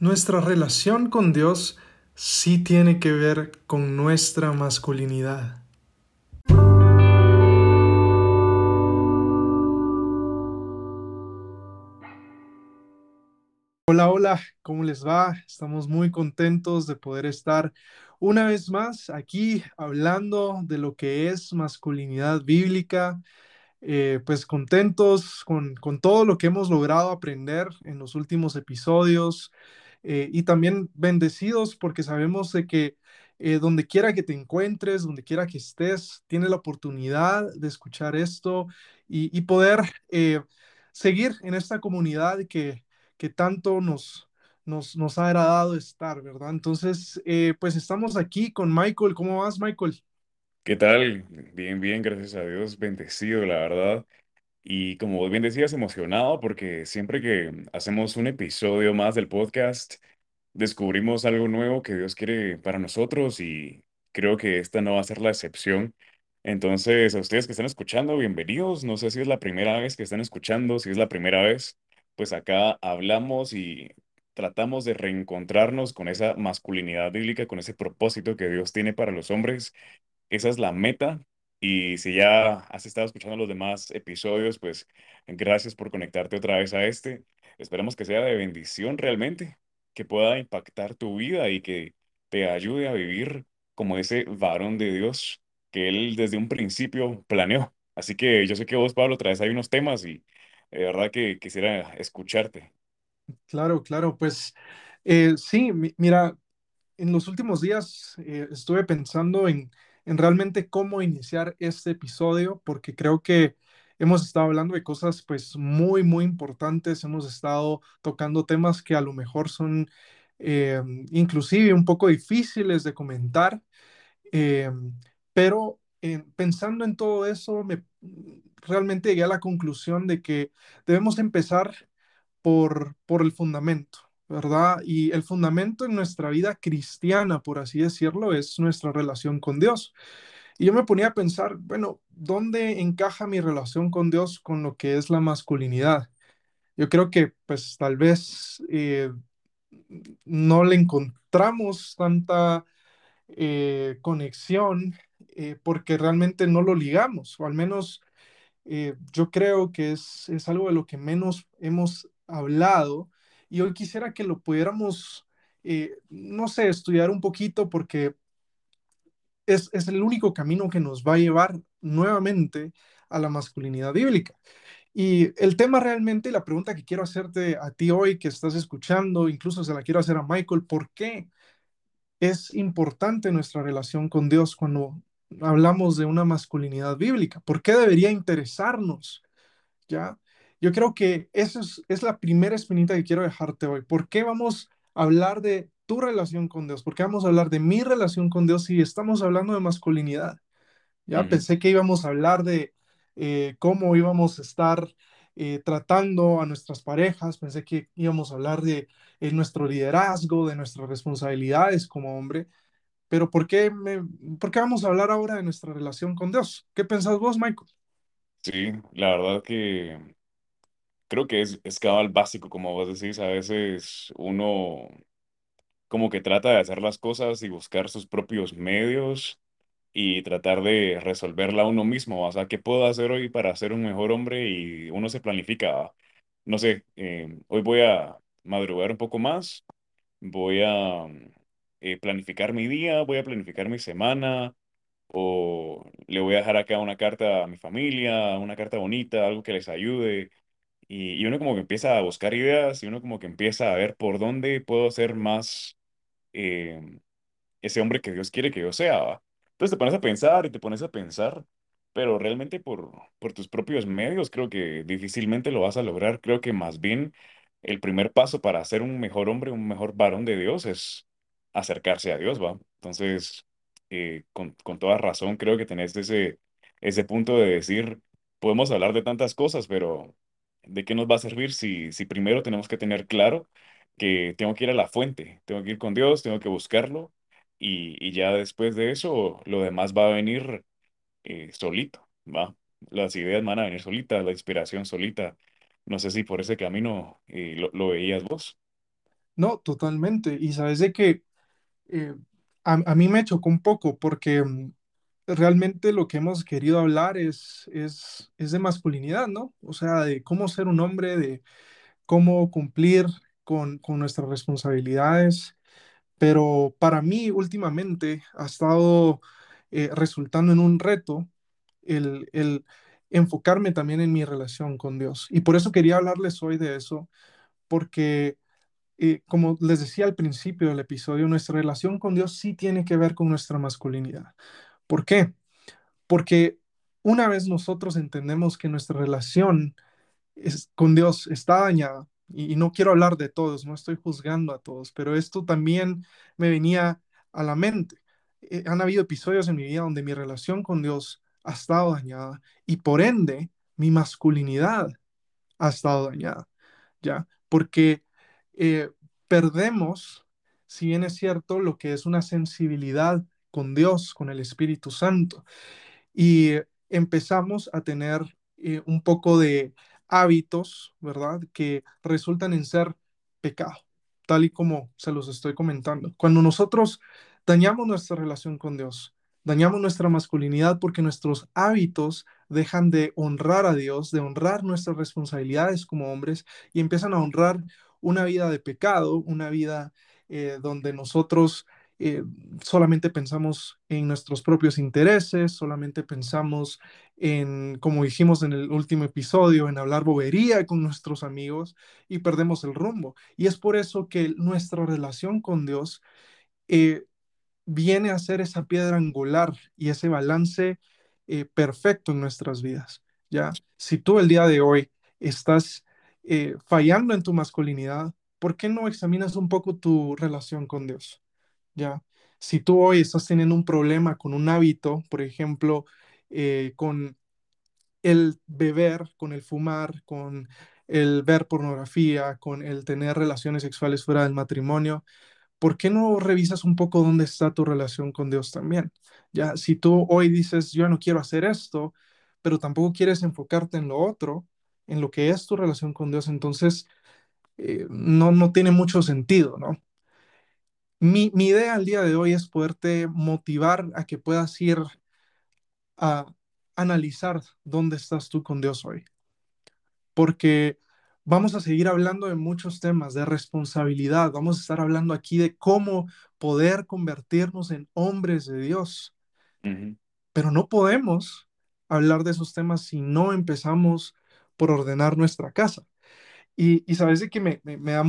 Nuestra relación con Dios sí tiene que ver con nuestra masculinidad. Hola, hola, ¿cómo les va? Estamos muy contentos de poder estar una vez más aquí hablando de lo que es masculinidad bíblica. Pues contentos con todo lo que hemos logrado aprender en los últimos episodios, y también bendecidos porque sabemos de que donde quiera que te encuentres, donde quiera que estés, tienes la oportunidad de escuchar esto y poder seguir en esta comunidad que tanto nos ha agradado estar, ¿verdad? Entonces, pues estamos aquí con Michael. ¿Cómo vas, Michael? ¿Qué tal? Bien, bien, gracias a Dios, bendecido, la verdad. Y como vos bien decías, emocionado porque siempre que hacemos un episodio más del podcast, descubrimos algo nuevo que Dios quiere para nosotros y creo que esta no va a ser la excepción. Entonces, a ustedes que están escuchando, bienvenidos. No sé si es la primera vez que están escuchando, si es la primera vez, pues acá hablamos y tratamos de reencontrarnos con esa masculinidad bíblica, con ese propósito que Dios tiene para los hombres. Esa es la meta. Y si ya has estado escuchando los demás episodios, pues gracias por conectarte otra vez a este. Esperemos que sea de bendición realmente, que pueda impactar tu vida y que te ayude a vivir como ese varón de Dios que Él desde un principio planeó. Así que yo sé que vos, Pablo, traes ahí unos temas y de verdad que quisiera escucharte. Claro, claro, pues sí, mira, en los últimos días estuve pensando en realmente cómo iniciar este episodio, porque creo que hemos estado hablando de cosas pues muy, muy importantes, hemos estado tocando temas que a lo mejor son inclusive un poco difíciles de comentar, eh, pero pensando en todo eso, realmente llegué a la conclusión de que debemos empezar por el fundamento, ¿verdad? Y el fundamento en nuestra vida cristiana, por así decirlo, es nuestra relación con Dios. Y yo me ponía a pensar, bueno, ¿dónde encaja mi relación con Dios con lo que es la masculinidad? Yo creo que pues tal vez no le encontramos tanta conexión, porque realmente no lo ligamos, o al menos yo creo que es algo de lo que menos hemos hablado, y hoy quisiera que lo pudiéramos, no sé, estudiar un poquito porque es el único camino que nos va a llevar nuevamente a la masculinidad bíblica. Y el tema realmente, la pregunta que quiero hacerte a ti hoy que estás escuchando, incluso se la quiero hacer a Michael: ¿por qué es importante nuestra relación con Dios cuando hablamos de una masculinidad bíblica? ¿Por qué debería interesarnos? ¿Ya? Yo creo que esa es la primera espinita que quiero dejarte hoy. ¿Por qué vamos a hablar de tu relación con Dios? ¿Por qué vamos a hablar de mi relación con Dios si estamos hablando de masculinidad? Ya Ujú. pensé que íbamos a hablar de cómo íbamos a estar tratando a nuestras parejas, pensé que íbamos a hablar de nuestro liderazgo, de nuestras responsabilidades como hombre, pero ¿por qué vamos a hablar ahora de nuestra relación con Dios? ¿Qué pensás vos, Michael? Sí, la verdad que creo que es cabal básico, como vos decís, a veces uno como que trata de hacer las cosas y buscar sus propios medios y tratar de resolverla uno mismo. O sea, ¿qué puedo hacer hoy para ser un mejor hombre? Y uno se planifica. No sé, hoy voy a madrugar un poco más, voy a planificar mi día, voy a planificar mi semana, o le voy a dejar acá una carta a mi familia, una carta bonita, algo que les ayude. Y uno como que empieza a buscar ideas y uno como que empieza a ver por dónde puedo ser más eh, ese hombre que Dios quiere que yo sea, ¿va? Entonces te pones a pensar y te pones a pensar, pero realmente por tus propios medios creo que difícilmente lo vas a lograr. Creo que más bien el primer paso para ser un mejor hombre, un mejor varón de Dios es acercarse a Dios, ¿va? Entonces, con toda razón creo que tenés ese punto de decir, podemos hablar de tantas cosas, pero ¿de qué nos va a servir si primero tenemos que tener claro que tengo que ir a la fuente, tengo que ir con Dios, tengo que buscarlo y ya después de eso lo demás va a venir solito, ¿va? Las ideas van a venir solitas, la inspiración solita. No sé si por ese camino lo veías vos. No, totalmente. Y sabes de que eh, a mí me chocó un poco porque realmente lo que hemos querido hablar es de masculinidad, ¿no? O sea, de cómo ser un hombre, de cómo cumplir con nuestras responsabilidades. Pero para mí últimamente ha estado resultando en un reto el enfocarme también en mi relación con Dios. Y por eso quería hablarles hoy de eso, porque como les decía al principio del episodio, nuestra relación con Dios sí tiene que ver con nuestra masculinidad. ¿Por qué? Porque una vez nosotros entendemos que nuestra relación con Dios está dañada, y no quiero hablar de todos, no estoy juzgando a todos, pero esto también me venía a la mente. Han habido episodios en mi vida donde mi relación con Dios ha estado dañada y por ende mi masculinidad ha estado dañada, ¿ya? Porque eh, perdemos, si bien es cierto, lo que es una sensibilidad con Dios, con el Espíritu Santo y empezamos a tener un poco de hábitos, ¿verdad? Que resultan en ser pecado, tal y como se los estoy comentando. Cuando nosotros dañamos nuestra relación con Dios, dañamos nuestra masculinidad porque nuestros hábitos dejan de honrar a Dios, de honrar nuestras responsabilidades como hombres y empiezan a honrar una vida de pecado, una vida donde nosotros eh, solamente pensamos en nuestros propios intereses, solamente pensamos en, como dijimos en el último episodio, en hablar bobería con nuestros amigos y perdemos el rumbo. Y es por eso que nuestra relación con Dios eh, viene a ser esa piedra angular y ese balance perfecto en nuestras vidas. ¿Ya? Si tú el día de hoy estás fallando en tu masculinidad, ¿por qué no examinas un poco tu relación con Dios? Ya, si tú hoy estás teniendo un problema con un hábito, por ejemplo, con el beber, con el fumar, con el ver pornografía, con el tener relaciones sexuales fuera del matrimonio, ¿por qué no revisas un poco dónde está tu relación con Dios también? Ya, si tú hoy dices, yo no quiero hacer esto, pero tampoco quieres enfocarte en lo otro, en lo que es tu relación con Dios, entonces no tiene mucho sentido, ¿no? Mi idea al día de hoy es poderte motivar a que puedas ir a analizar dónde estás tú con Dios hoy, porque vamos a seguir hablando de muchos temas, de responsabilidad, vamos a estar hablando aquí de cómo poder convertirnos en hombres de Dios, Ujú. pero no podemos hablar de esos temas si no empezamos por ordenar nuestra casa. Y sabes de que me da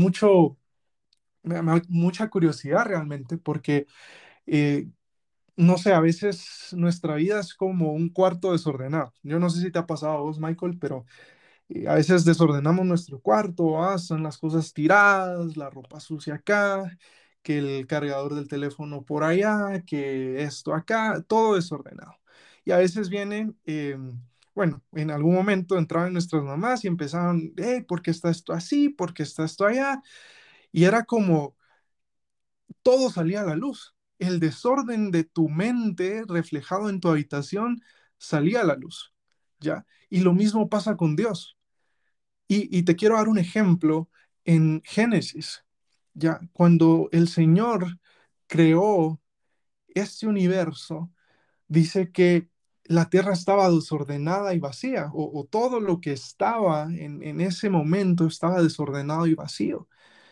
me da mucha curiosidad realmente, porque eh, no sé, a veces nuestra vida es como un cuarto desordenado. Yo no sé si te ha pasado a vos, Michael, pero a veces desordenamos nuestro cuarto, están las cosas tiradas, la ropa sucia acá, que el cargador del teléfono por allá, que esto acá, todo desordenado. Y a veces vienen, bueno, en algún momento entraban nuestras mamás y empezaban, hey, ¿por qué está esto así? ¿Por qué está esto allá? Y era como todo salía a la luz. El desorden de tu mente reflejado en tu habitación salía a la luz, ¿ya? Y lo mismo pasa con Dios. Y te quiero dar un ejemplo en Génesis, ¿ya? Cuando el Señor creó este universo, dice que la tierra estaba desordenada y vacía, o todo lo que estaba en ese momento estaba desordenado y vacío.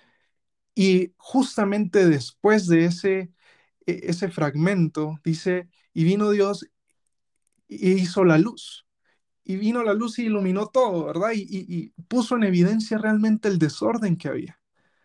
Y justamente después de ese fragmento, dice, y vino Dios y hizo la luz. Y vino la luz y iluminó todo, ¿verdad? Y puso en evidencia realmente el desorden que había,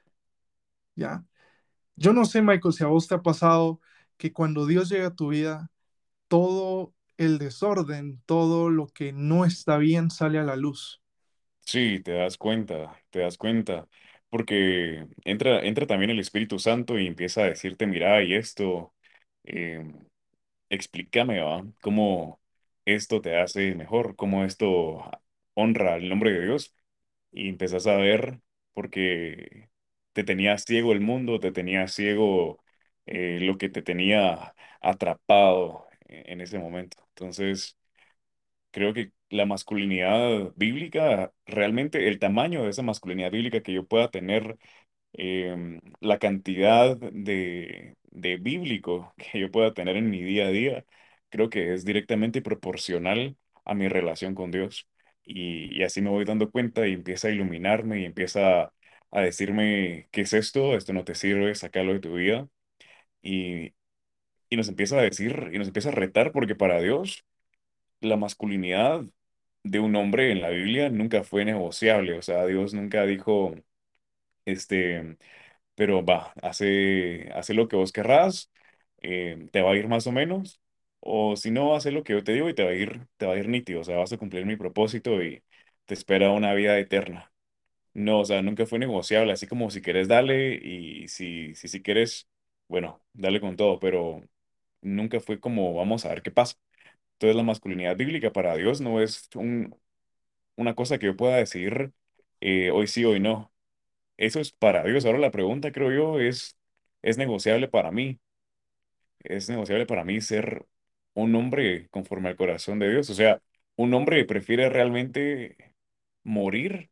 ¿ya? Yo no sé, Michael, si a vos te ha pasado que cuando Dios llega a tu vida, todo el desorden, todo lo que no está bien sale a la luz. Sí, te das cuenta, porque entra también el Espíritu Santo y empieza a decirte, mira, y esto, eh, explícame, ¿va? ¿Cómo esto te hace mejor? ¿Cómo esto honra el nombre de Dios? Y empezás a ver porque te tenía ciego el mundo, te tenía ciego lo que te tenía atrapado en ese momento. Entonces, creo que la masculinidad bíblica, realmente el tamaño de esa masculinidad bíblica que yo pueda tener la cantidad de bíblico que yo pueda tener en mi día a día, creo que es directamente proporcional a mi relación con Dios. Y así me voy dando cuenta y empieza a iluminarme y empieza a decirme, ¿qué es esto? Esto no te sirve, sácalo de tu vida. Y, y nos empieza a decir y nos empieza a retar porque para Dios la masculinidad de un hombre en la Biblia nunca fue negociable. O sea, Dios nunca dijo, este, pero va, hace lo que vos querrás, te va a ir más o menos. O si no, hace lo que yo te digo y te va a ir nítido. O sea, vas a cumplir mi propósito y te espera una vida eterna. No, o sea, nunca fue negociable, así como si quieres dale y si quieres, bueno, dale con todo, pero nunca fue como vamos a ver qué pasa. Entonces la masculinidad bíblica para Dios no es una cosa que yo pueda decir hoy sí, hoy no. Eso es para Dios. Ahora la pregunta, creo yo, ¿es negociable para mí? ¿Es negociable para mí ser un hombre conforme al corazón de Dios? O sea, un hombre prefiere realmente morir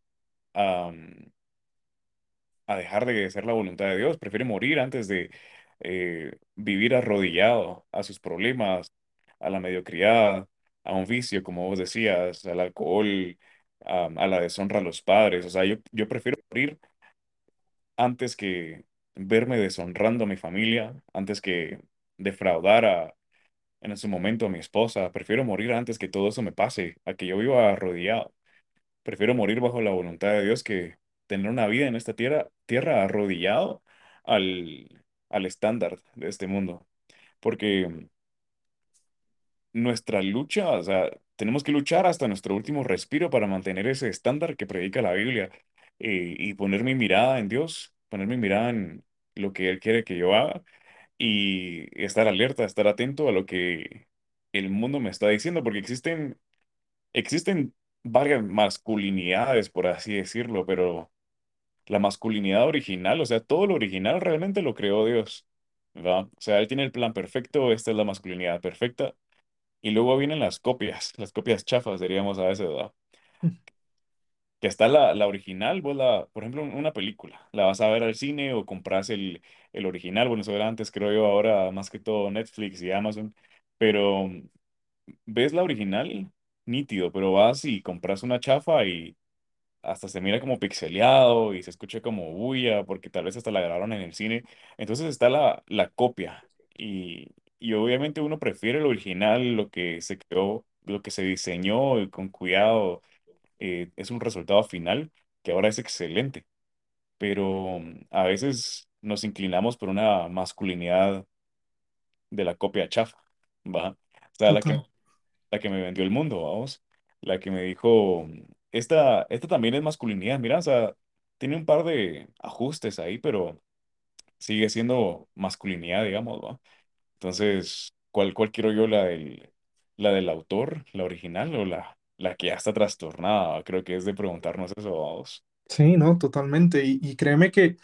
a dejar de ser la voluntad de Dios, prefiere morir antes de vivir arrodillado a sus problemas, a la mediocridad, a un vicio, como vos decías, al alcohol, a la deshonra a los padres. O sea, yo prefiero morir antes que verme deshonrando a mi familia, antes que defraudar en su momento a mi esposa. Prefiero morir antes que todo eso me pase, a que yo viva arrodillado. Prefiero morir bajo la voluntad de Dios que tener una vida en esta tierra arrodillado al estándar de este mundo. Porque nuestra lucha, o sea, tenemos que luchar hasta nuestro último respiro para mantener ese estándar que predica la Biblia y poner mi mirada en Dios, poner mi mirada en lo que Él quiere que yo haga y estar alerta, estar atento a lo que el mundo me está diciendo, porque existen varias masculinidades, por así decirlo, pero la masculinidad original, o sea, todo lo original realmente lo creó Dios, ¿verdad? O sea, Él tiene el plan perfecto, esta es la masculinidad perfecta, y luego vienen las copias chafas, diríamos a veces, ¿verdad? Que está la original, por ejemplo, una película, la vas a ver al cine o compras el original, bueno, eso era antes, creo yo, ahora más que todo Netflix y Amazon, pero ves la original, nítido, pero vas y compras una chafa y hasta se mira como pixeleado y se escucha como bulla, porque tal vez hasta la grabaron en el cine. Entonces está la copia y obviamente uno prefiere lo original, lo que se creó, lo que se diseñó y con cuidado es un resultado final que ahora es excelente, pero a veces nos inclinamos por una masculinidad de la copia chafa, ¿va? O sea, Total. la que me vendió el mundo, vamos, la que me dijo, esta también es masculinidad, mira, o sea, tiene un par de ajustes ahí, pero sigue siendo masculinidad, digamos, ¿va? Entonces, ¿cuál quiero yo, la del autor, la original o la que ya está trastornada? Creo que es de preguntarnos eso, vamos. Sí, no, totalmente. Y créeme que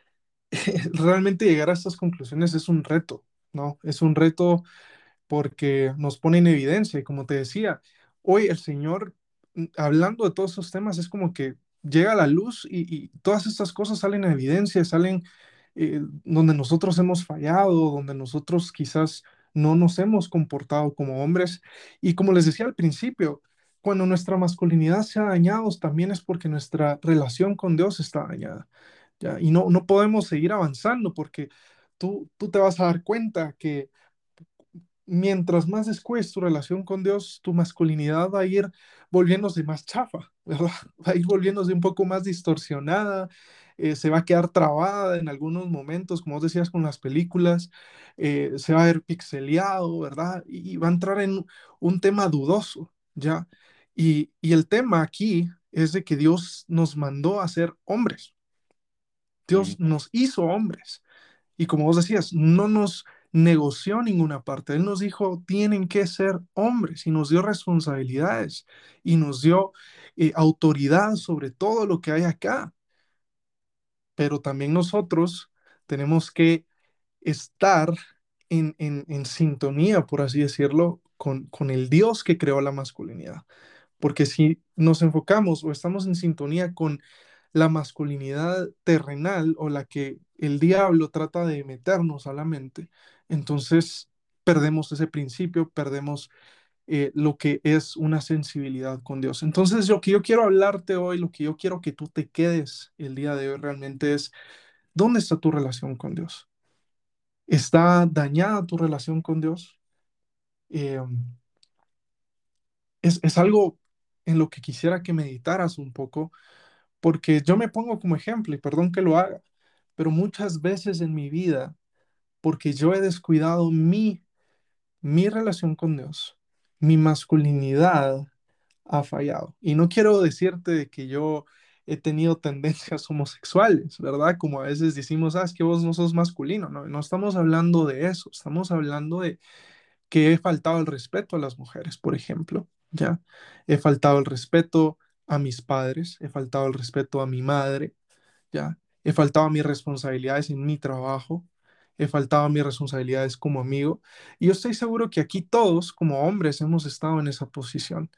realmente llegar a estas conclusiones es un reto, ¿no? Es un reto porque nos pone en evidencia. Y como te decía, hoy el Señor, hablando de todos estos temas, es como que llega a la luz y todas estas cosas salen a evidencia, salen donde nosotros hemos fallado, donde nosotros quizás no nos hemos comportado como hombres. Y como les decía al principio, cuando nuestra masculinidad se ha dañado, también es porque nuestra relación con Dios está dañada. ¿Ya? Y no podemos seguir avanzando porque tú te vas a dar cuenta que mientras más descuides tu relación con Dios, tu masculinidad va a ir volviéndose más chafa, ¿verdad? Va a ir volviéndose un poco más distorsionada, se va a quedar trabada en algunos momentos, como vos decías con las películas, se va a ver pixeleado, ¿verdad? Y va a entrar en un tema dudoso, ¿ya? Y el tema aquí es de que Dios nos mandó a ser hombres, Ujú, Dios nos hizo hombres. Y como vos decías, no nos negoció ninguna parte. Él nos dijo, tienen que ser hombres y nos dio responsabilidades y nos dio autoridad sobre todo lo que hay acá. Pero también nosotros tenemos que estar en sintonía, por así decirlo, con el Dios que creó la masculinidad. Porque si nos enfocamos o estamos en sintonía con la masculinidad terrenal o la que el diablo trata de meternos a la mente, entonces perdemos ese principio, perdemos lo que es una sensibilidad con Dios. Entonces, lo que yo quiero hablarte hoy, lo que yo quiero que tú te quedes el día de hoy realmente es, ¿dónde está tu relación con Dios? ¿Está dañada tu relación con Dios? Eh, es algo en lo que quisiera que meditaras un poco, porque yo me pongo como ejemplo, y perdón que lo haga, pero muchas veces en mi vida, porque yo he descuidado mi relación con Dios, mi masculinidad ha fallado. Y no quiero decirte de que yo he tenido tendencias homosexuales, ¿verdad? Como a veces decimos, es que vos no sos masculino, no, no estamos hablando de eso, estamos hablando de que he faltado el respeto a las mujeres, por ejemplo, ¿ya? He faltado el respeto a mis padres, he faltado el respeto a mi madre, ¿ya? He faltado a mis responsabilidades en mi trabajo, he faltado a mis responsabilidades como amigo, y yo estoy seguro que aquí todos, como hombres, hemos estado en esa posición,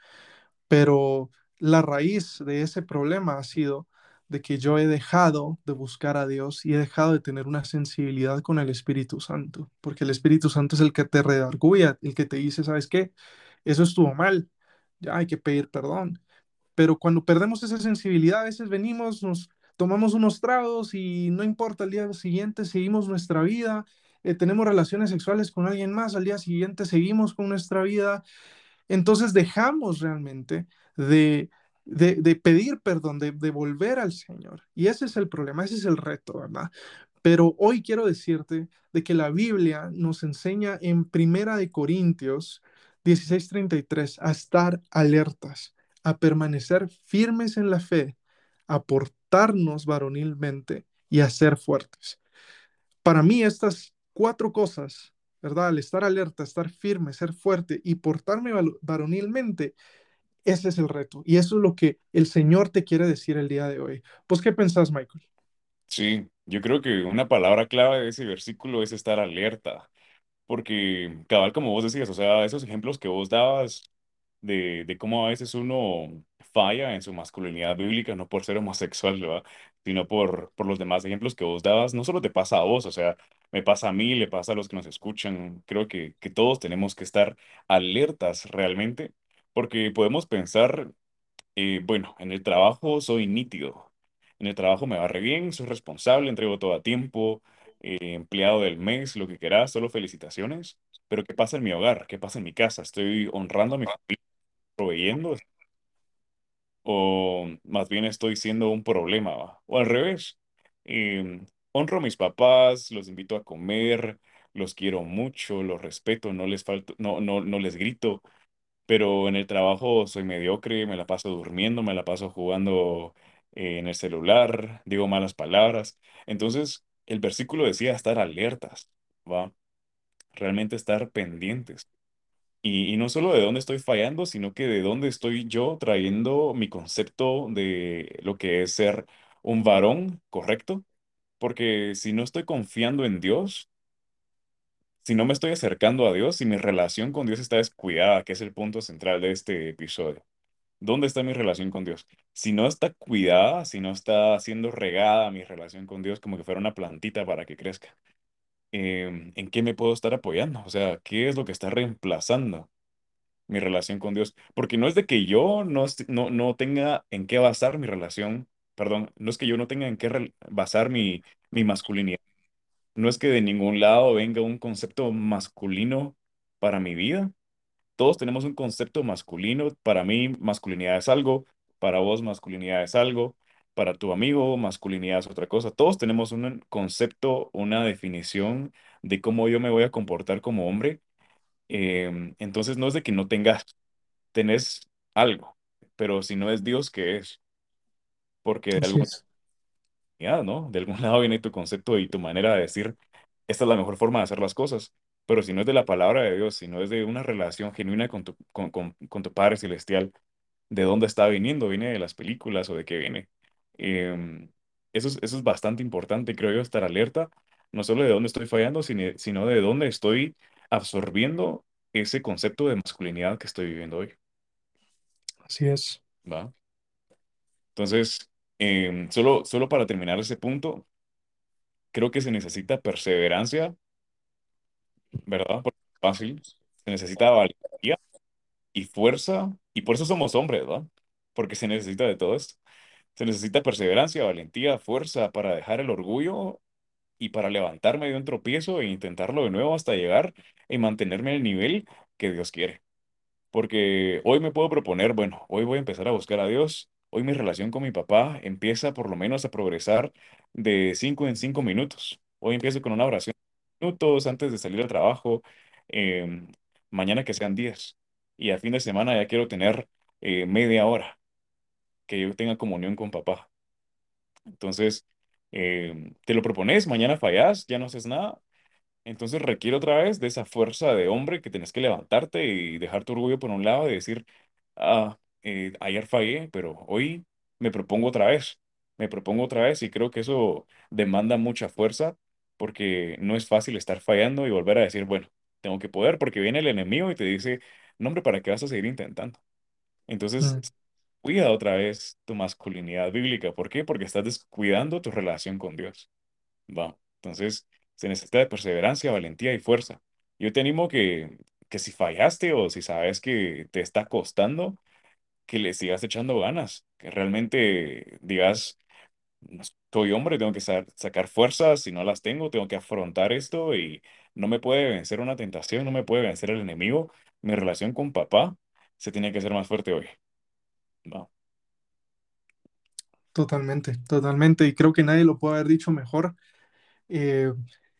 pero la raíz de ese problema ha sido de que yo he dejado de buscar a Dios y he dejado de tener una sensibilidad con el Espíritu Santo, porque el Espíritu Santo es el que te redarguye, el que te dice, ¿sabes qué? Eso estuvo mal, ya hay que pedir perdón. Pero cuando perdemos esa sensibilidad, a veces venimos, nos tomamos unos tragos y no importa, al día siguiente seguimos nuestra vida, tenemos relaciones sexuales con alguien más, al día siguiente seguimos con nuestra vida, entonces dejamos realmente de, de pedir perdón, de volver al Señor. Y ese es el problema, ese es el reto, ¿verdad? Pero hoy quiero decirte de que la Biblia nos enseña en Primera de Corintios 16:33 a estar alertas, a permanecer firmes en la fe, a portarnos varonilmente y a ser fuertes. Para mí estas cuatro cosas, ¿verdad? Al estar alerta, estar firme, ser fuerte y portarme varonilmente, ese es el reto. Y eso es lo que el Señor te quiere decir el día de hoy. ¿Pues qué pensás, Michael? Sí, yo creo que una palabra clave de ese versículo es estar alerta, porque cabal como vos decías, o sea, esos ejemplos que vos dabas de cómo a veces uno falla en su masculinidad bíblica, no por ser homosexual, ¿verdad? Sino por los demás ejemplos que vos dabas, no solo te pasa a vos, o sea, me pasa a mí, le pasa a los que nos escuchan, creo que todos tenemos que estar alertas realmente, porque podemos pensar bueno, en el trabajo soy nítido. En el trabajo me va re bien, soy responsable, entrego todo a tiempo, empleado del mes, lo que quieras, solo felicitaciones. Pero ¿qué pasa en mi hogar? ¿Qué pasa en mi casa? ¿Estoy honrando a mi familia, proveyendo? ¿O más bien estoy siendo un problema, va? O al revés. Honro a mis papás, los invito a comer, los quiero mucho, los respeto, no les falto, no les grito, pero en el trabajo soy mediocre, me la paso durmiendo, me la paso jugando en el celular, digo malas palabras. Entonces, el versículo decía estar alertas, ¿va? Realmente estar pendientes. Y no solo de dónde estoy fallando, sino que de dónde estoy yo trayendo mi concepto de lo que es ser un varón correcto. Porque si no estoy confiando en Dios, si no me estoy acercando a Dios, si mi relación con Dios está descuidada, que es el punto central de este episodio. ¿Dónde está mi relación con Dios? Si no está cuidada, si no está siendo regada mi relación con Dios como que fuera una plantita para que crezca, ¿en qué me puedo estar apoyando? O sea, ¿qué es lo que está reemplazando mi relación con Dios? Porque no es de que yo no tenga en qué basar mi relación, perdón, no es que yo no tenga en qué basar mi masculinidad. No es que de ningún lado venga un concepto masculino para mi vida. Todos tenemos un concepto masculino. Para mí, masculinidad es algo. Para vos, masculinidad es algo. Para tu amigo, masculinidad es otra cosa. Todos tenemos un concepto, una definición de cómo yo me voy a comportar como hombre. Entonces, no es de que no tenés algo, pero si no es Dios, ¿qué es? Porque de Así alguna es. manera, ¿no? De algún lado viene tu concepto y tu manera de decir, esta es la mejor forma de hacer las cosas. Pero si no es de la palabra de Dios, si no es de una relación genuina con tu Padre Celestial, ¿de dónde está viniendo? ¿Viene de las películas o de qué viene? Eso es bastante importante, creo yo, estar alerta, no solo de dónde estoy fallando, sino de dónde estoy absorbiendo ese concepto de masculinidad que estoy viviendo hoy, Así es. ¿va? Entonces, Solo para terminar ese punto, creo que se necesita perseverancia, ¿verdad? Porque es fácil. Se necesita valentía y fuerza, y por eso somos hombres, ¿verdad? Porque se necesita de todo esto. Se necesita perseverancia, valentía, fuerza para dejar el orgullo y para levantarme de un tropiezo e intentarlo de nuevo hasta llegar y mantenerme al nivel que Dios quiere. Porque hoy me puedo proponer, bueno, hoy voy a empezar a buscar a Dios. Hoy mi relación con mi papá empieza por lo menos a progresar de 5 en 5 minutos. Hoy empiezo con una oración de minutos antes de salir al trabajo. eh, Mañana que sean 10. Y a fin de semana ya quiero tener media hora que yo tenga comunión con papá. Entonces, te lo propones, mañana fallas, ya no haces nada. Entonces requiere otra vez de esa fuerza de hombre que tenés que levantarte y dejar tu orgullo por un lado y decir, ayer fallé, pero hoy me propongo otra vez, me propongo otra vez y creo que eso demanda mucha fuerza porque no es fácil estar fallando y volver a decir, bueno, tengo que poder porque viene el enemigo y te dice, no hombre, ¿para qué vas a seguir intentando? Entonces, Mm, cuida otra vez tu masculinidad bíblica. ¿Por qué? Porque estás descuidando tu relación con Dios. Va. Entonces, se necesita de perseverancia, valentía y fuerza. Yo te animo que si fallaste o si sabes que te está costando, que le sigas echando ganas, que realmente digas, "No soy hombre, tengo que sacar fuerzas, si no las tengo, tengo que afrontar esto y no me puede vencer una tentación, no me puede vencer el enemigo. Mi relación con papá se tiene que hacer más fuerte hoy. Va. totalmente, totalmente. Y creo que nadie lo puede haber dicho mejor. Eh,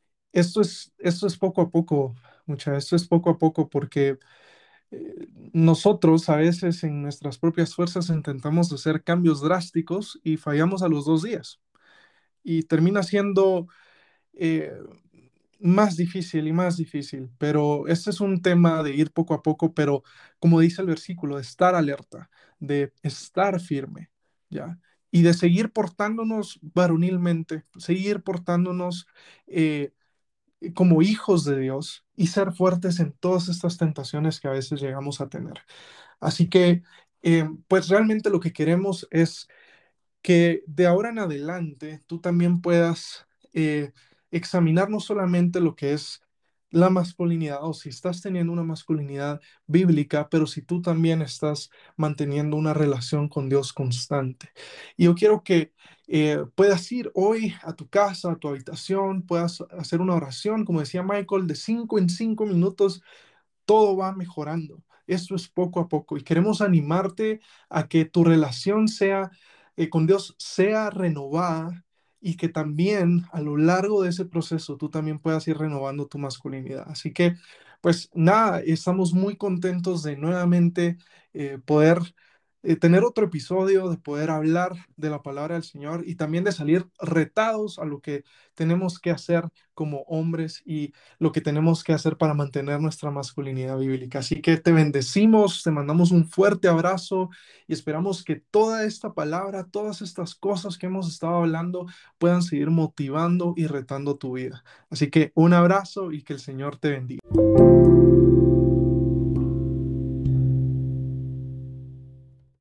esto es poco a poco, esto es poco a poco porque nosotros a veces en nuestras propias fuerzas intentamos hacer cambios drásticos y fallamos a los 2 días. Y termina siendo eh, más difícil y más difícil, pero este es un tema de ir poco a poco, pero como dice el versículo, de estar alerta, de estar firme, ¿ya? Y de seguir portándonos varonilmente, seguir portándonos eh, como hijos de Dios y ser fuertes en todas estas tentaciones que a veces llegamos a tener. Así que, pues realmente lo que queremos es que de ahora en adelante tú también puedas examinar no solamente lo que es la masculinidad o si estás teniendo una masculinidad bíblica, pero si tú también estás manteniendo una relación con Dios constante. Y yo quiero que puedas ir hoy a tu casa, a tu habitación, puedas hacer una oración, como decía Michael, de 5 en 5 minutos todo va mejorando. Esto es poco a poco y queremos animarte a que tu relación sea con Dios sea renovada y que también a lo largo de ese proceso tú también puedas ir renovando tu masculinidad. Así que, pues nada, estamos muy contentos de nuevamente poder tener otro episodio, de poder hablar de la palabra del Señor y también de salir retados a lo que tenemos que hacer como hombres y lo que tenemos que hacer para mantener nuestra masculinidad bíblica. Así que te bendecimos, te mandamos un fuerte abrazo y esperamos que toda esta palabra, todas estas cosas que hemos estado hablando puedan seguir motivando y retando tu vida. Así que un abrazo y que el Señor te bendiga.